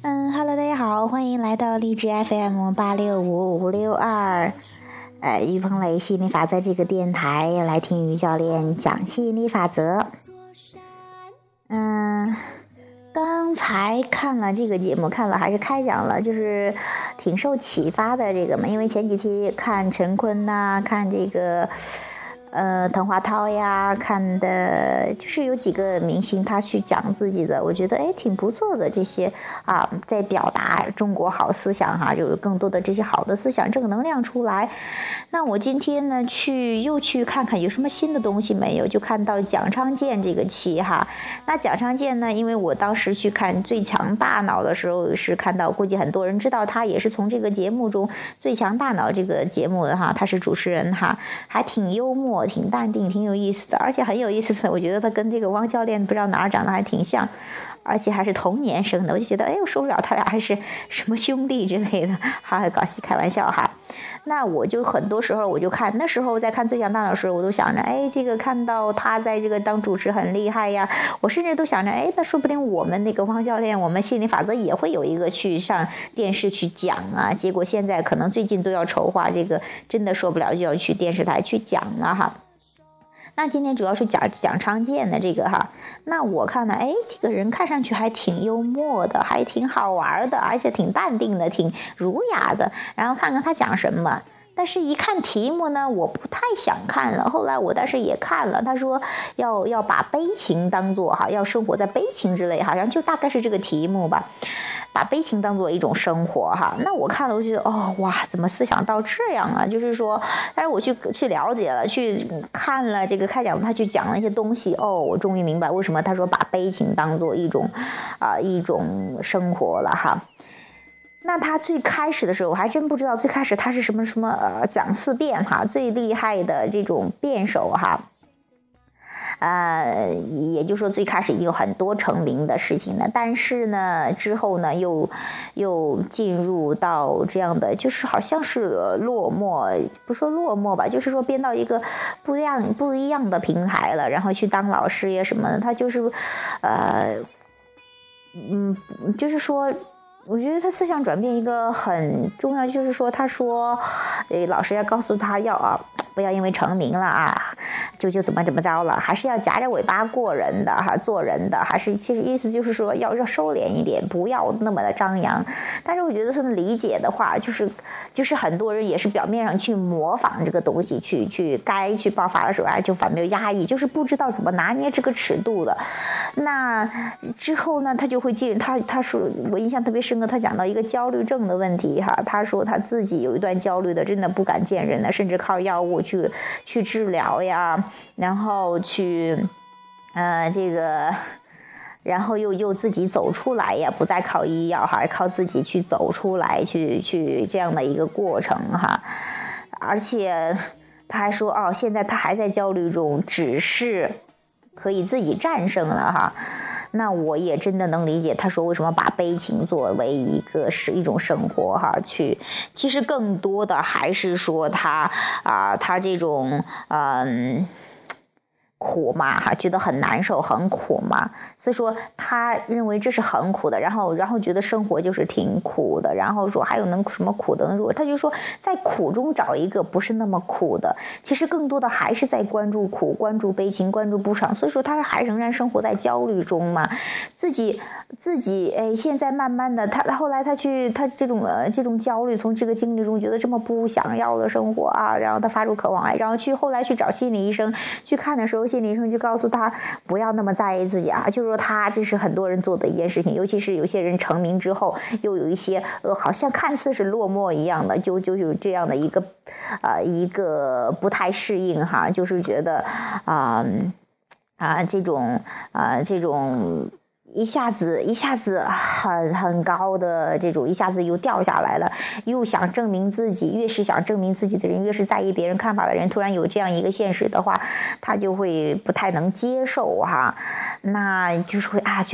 Hello，大家好，欢迎来到励志 FM865562，于鹏雷吸引力法则这个电台，来听于教练讲吸引力法则。刚才看了这个节目，看了还是开讲了，就是挺受启发的这个嘛，因为前几天看陈坤呐，看这个。滕华涛呀，看的就是有几个明星他去讲自己的，我觉得挺不错的这些在表达中国好思想哈，就是更多的这些好的思想正能量出来。那我今天呢又去看看有什么新的东西没有，就看到蒋昌建这个期哈。那蒋昌建呢，因为我当时去看《最强大脑》的时候是看到，估计很多人知道他也是从这个节目中《最强大脑》这个节目的哈，他是主持人哈，还挺幽默。挺淡定，挺有意思的，而且很有意思的。我觉得他跟这个汪教练不知道哪儿长得还挺像，而且还是同年生的。我就觉得，我受不了他俩还是什么兄弟之类的，还搞戏开玩笑哈。那我就很多时候我就看，那时候在看《最强大脑》的时候，我都想着，这个看到他在这个当主持很厉害呀，我甚至都想着，那说不定我们那个汪教练，我们心理法则也会有一个去上电视去讲啊。结果现在可能最近都要筹划这个，真的受不了就要去电视台去讲了哈。那今天主要是讲昌建的这个哈，那我看呢，这个人看上去还挺幽默的，还挺好玩的，而且挺淡定的，挺儒雅的。然后看看他讲什么，但是一看题目呢，我不太想看了。后来我但是也看了，他说要把悲情当作要生活在悲情之类，好像就大概是这个题目吧。把悲情当做一种生活哈，那我看了我觉得哇，怎么思想到这样啊？就是说，但是我去了解了，去看了这个开讲，他去讲了一些东西，我终于明白为什么他说把悲情当做一种生活了哈。那他最开始的时候，我还真不知道最开始他是什么讲四辩哈，最厉害的这种辩手哈。也就是说最开始已经有很多成名的事情了，但是呢之后呢又进入到这样的，就是好像是落寞，不说落寞吧，就是说编到一个不一样的平台了，然后去当老师呀什么的。他就是就是说我觉得他思想转变一个很重要，就是说他说老师要告诉他不要因为成名了就怎么着了，还是要夹着尾巴过人的做人的，还是其实意思就是说要收敛一点，不要那么的张扬。但是我觉得他的理解的话，就是很多人也是表面上去模仿这个东西，去该去爆发的时候就反面压抑，就是不知道怎么拿捏这个尺度的。那之后呢，他就会他说我印象特别深刻，他讲到一个焦虑症的问题他说他自己有一段焦虑的，真的不敢见人的，甚至靠药物去治疗呀，然后去然后又自己走出来呀，不再靠医药靠自己去走出来，去这样的一个过程而且他还说现在他还在焦虑中，只是可以自己战胜了那我也真的能理解他说为什么把悲情作为一种生活其实更多的还是说他这种苦嘛觉得很难受很苦嘛，所以说他认为这是很苦的，然后觉得生活就是挺苦的，然后说还有什么苦的呢？他就说在苦中找一个不是那么苦的，其实更多的还是在关注苦，关注悲情，关注不爽，所以说他还仍然生活在焦虑中嘛，自己现在慢慢的他后来他这种焦虑，从这个经历中觉得这么不想要的生活然后他发出渴望来，然后后来去找心理医生去看的时候，心理医生就告诉他不要那么在意自己就是说这是很多人做的一件事情，尤其是有些人成名之后又有一些好像看似是落寞一样的，就有这样的一个不太适应就是觉得这种一下子很高的这种，一下子又掉下来了，又想证明自己，越是想证明自己的人，越是在意别人看法的人，突然有这样一个现实的话，他就会不太能接受那就是会觉得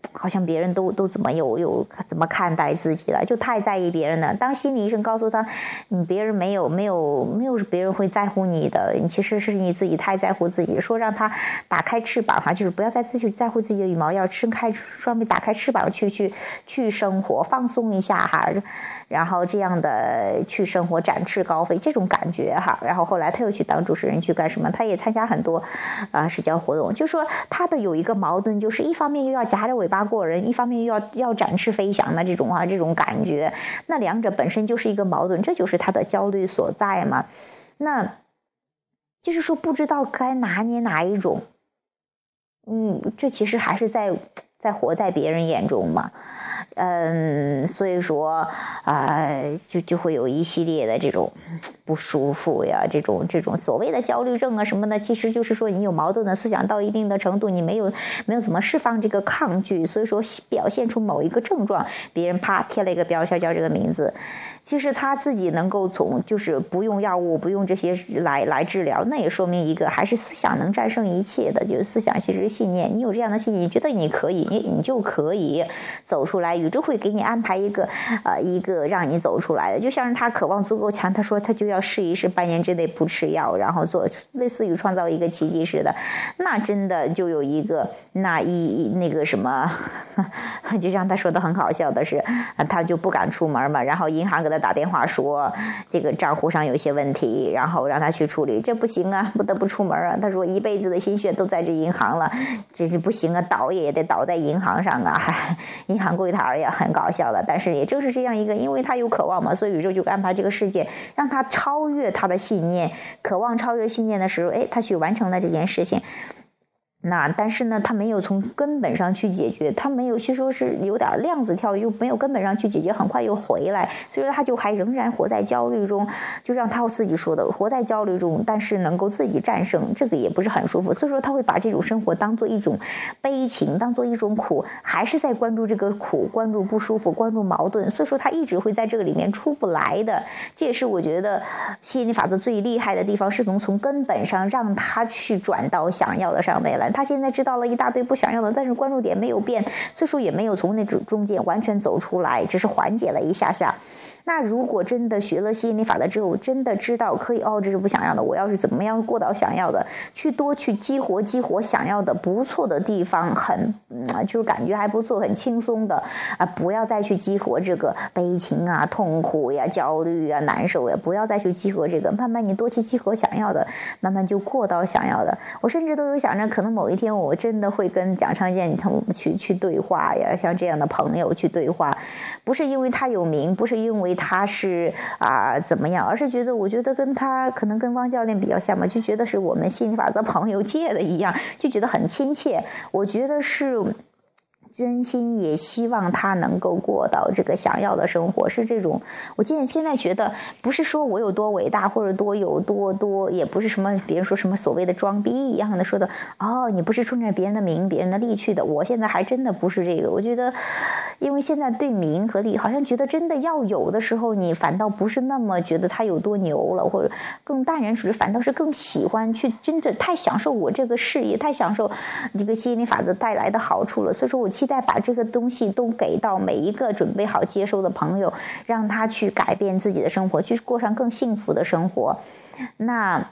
好像别人都怎么怎么看待自己了，就太在意别人了。当心理医生告诉他，别人没有别人会在乎你的，其实是你自己太在乎自己。说让他打开翅膀哈，就是不要再自己在乎自己的羽毛，要伸开双臂，打开翅膀去生活，放松一下哈，然后这样的去生活，展翅高飞这种感觉哈。然后后来他又去当主持人去干什么？他也参加很多社交活动，就说他的有一个矛盾，就是一方面又要夹着尾巴过人，一方面又要展翅飞翔的这种感觉，那两者本身就是一个矛盾，这就是他的焦虑所在嘛。那就是说不知道该拿捏哪一种，这其实还是在活在别人眼中嘛。所以说就会有一系列的这种不舒服呀，这种所谓的焦虑症啊什么的，其实就是说你有矛盾的思想到一定的程度，你没有怎么释放这个抗拒，所以说表现出某一个症状，别人啪贴了一个标签叫这个名字。其实他自己能够就是不用药物，不用这些来治疗，那也说明一个还是思想能战胜一切的，就是思想其实是信念。你有这样的信念，你觉得你可以，你就可以走出来，宇宙会给你安排一个让你走出来的。就像是他渴望足够强，他说他就要试一试半年之内不吃药，然后做类似于创造一个奇迹似的，那真的就有一个那个什么，就像他说的很好笑的是，他就不敢出门嘛，然后银行给他打电话说这个账户上有些问题，然后让他去处理，这不行啊，不得不出门啊。他说一辈子的心血都在这银行了，这是不行啊，倒也得倒在银行上啊，银行柜台也很搞笑的。但是也正是这样一个，因为他有渴望嘛，所以宇宙就安排这个世界让他超越他的信念，渴望超越信念的时候，他去完成了这件事情。但是呢，他没有从根本上去解决，他没有去说是有点量子跳跃，又没有根本上去解决，很快又回来，所以说他就还仍然活在焦虑中，就让他自己说的活在焦虑中，但是能够自己战胜，这个也不是很舒服。所以说他会把这种生活当做一种悲情，当做一种苦，还是在关注这个苦，关注不舒服，关注矛盾，所以说他一直会在这个里面出不来的。这也是我觉得吸引力法则最厉害的地方，是能从根本上让他去转到想要的上面来。他现在知道了一大堆不想要的，但是关注点没有变，所以说也没有从那种中间完全走出来，只是缓解了一下下。那如果真的学了吸引力法则之后，真的知道可以这是不想要的，我要是怎么样过到想要的，多去激活想要的不错的地方，就是感觉还不错，很轻松的不要再去激活这个悲情啊、痛苦呀、焦虑啊、难受呀，不要再去激活这个，慢慢你多去激活想要的，慢慢就过到想要的。我甚至都有想着，可能某一天我真的会跟蒋昌建他们去对话呀，像这样的朋友去对话，不是因为他有名，不是因为他是怎么样，而是我觉得跟他可能跟汪教练比较像嘛，就觉得是我们心理法则朋友界的一样，就觉得很亲切。我觉得是真心也希望他能够过到这个想要的生活，是这种。我现在觉得不是说我有多伟大，或者有多，也不是什么别人说什么所谓的装逼一样的说的你不是冲着别人的名别人的利去的。我现在还真的不是这个。我觉得因为现在对名和利好像觉得真的要有的时候，你反倒不是那么觉得他有多牛了，或者更淡然处之，反倒是更喜欢去真的太享受我这个事业，太享受这个吸引力法则带来的好处了。所以说我期待把这个东西都给到每一个准备好接收的朋友，让他去改变自己的生活，去过上更幸福的生活。那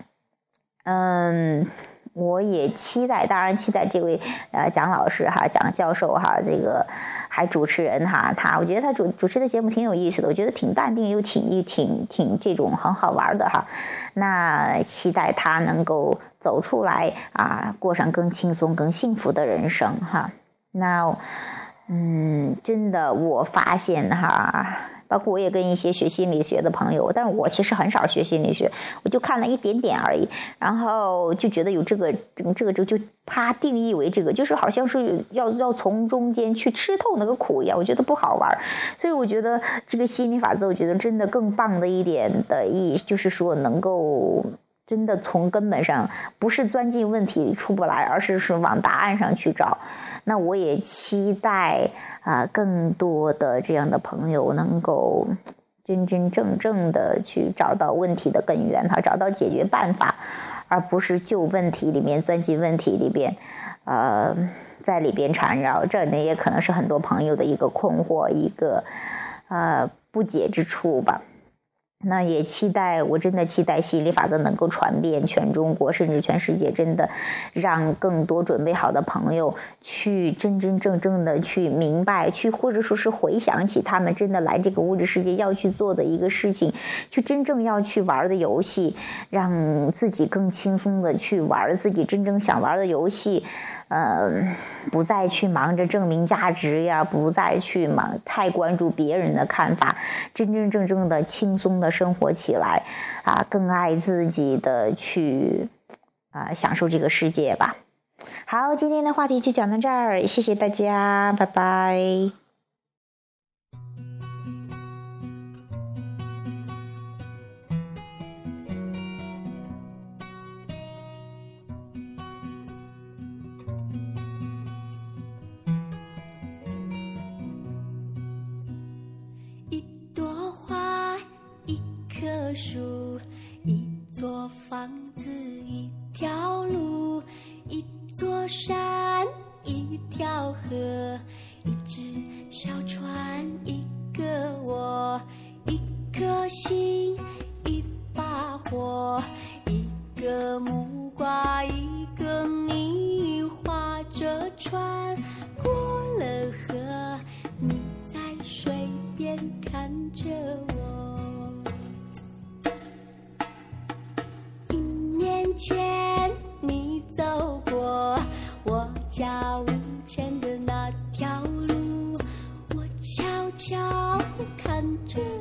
我也当然期待这位蒋老师蒋教授这个还主持人我觉得他主持的节目挺有意思的，我觉得挺淡定又挺这种很好玩的那期待他能够走出来过上更轻松更幸福的人生那真的我发现包括我也跟一些学心理学的朋友，但是我其实很少学心理学，我就看了一点点而已，然后就觉得有这个就啪定义为这个，就是好像是要从中间去吃透那个苦一样，我觉得不好玩。所以我觉得这个吸引力法则，我觉得真的更棒的一点的意义，就是说能够真的从根本上不是钻进问题里出不来，而是往答案上去找。那我也期待更多的这样的朋友能够真正的去找到问题的根源找到解决办法， 而不是就问题里面钻进问题里边，在里边缠绕。这呢也可能是很多朋友的一个困惑，一个不解之处吧。那也我真的期待吸引力法则能够传遍全中国，甚至全世界，真的让更多准备好的朋友去真真正正的去明白，或者说是回想起他们真的来这个物质世界要去做的一个事情，就真正要去玩的游戏，让自己更轻松的去玩自己真正想玩的游戏，不再去忙着证明价值呀，不再去太关注别人的看法，真真正正的轻松的生活起来，更爱自己的去享受这个世界吧。好，今天的话题就讲到这儿，谢谢大家，拜拜。 树，一座房子，一条路，一座山，一条河，一只小船，一个我，一颗心，一把火，一个木瓜，一个你，划着船过了河，你在水边看着我。前你走过我家屋前的那条路，我悄悄看着